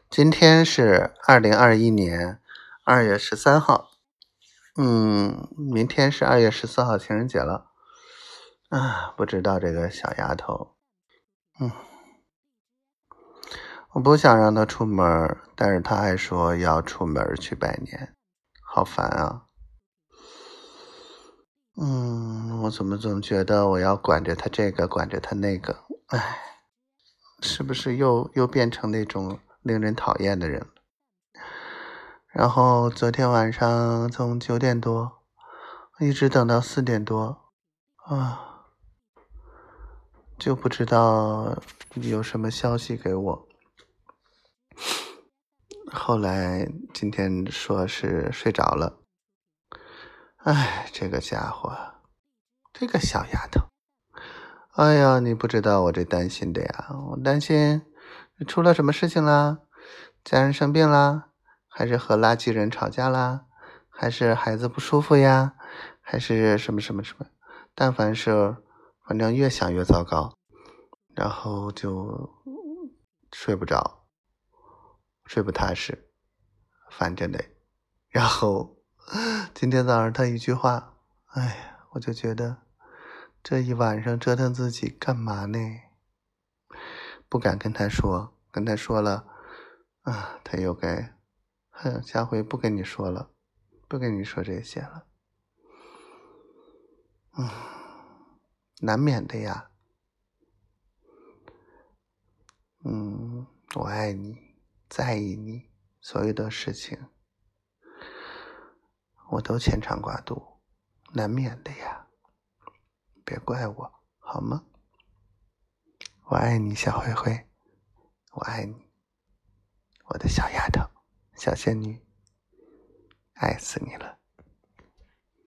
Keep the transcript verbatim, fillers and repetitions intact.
今天是二零二一年二月十三号，嗯，明天是二月十四号情人节了，啊，不知道这个小丫头，嗯，我不想让她出门，但是她还说要出门去拜年，好烦啊。嗯，我怎么总觉得我要管着她这个，管着她那个，唉，是不是又又变成那种令人讨厌的人了？然后昨天晚上从九点多一直等到四点多啊，就不知道有什么消息给我。后来今天说是睡着了。哎，这个家伙，这个小丫头，哎呀，你不知道我这担心的呀，我担心出了什么事情啦，家人生病啦，还是和垃圾人吵架啦，还是孩子不舒服呀，还是什么什么什么，但凡是反正越想越糟糕，然后就睡不着，睡不踏实，烦着嘞。然后今天早上他一句话，哎呀，我就觉得这一晚上折腾自己干嘛呢？不敢跟他说，跟他说了啊，他又该哼，下回不跟你说了，不跟你说这些了。嗯，难免的呀。嗯，我爱你，在意你，所有的事情我都牵肠挂肚，难免的呀。别怪我，好吗？我爱你，小灰灰，我爱你，我的小丫头，小仙女，爱死你了。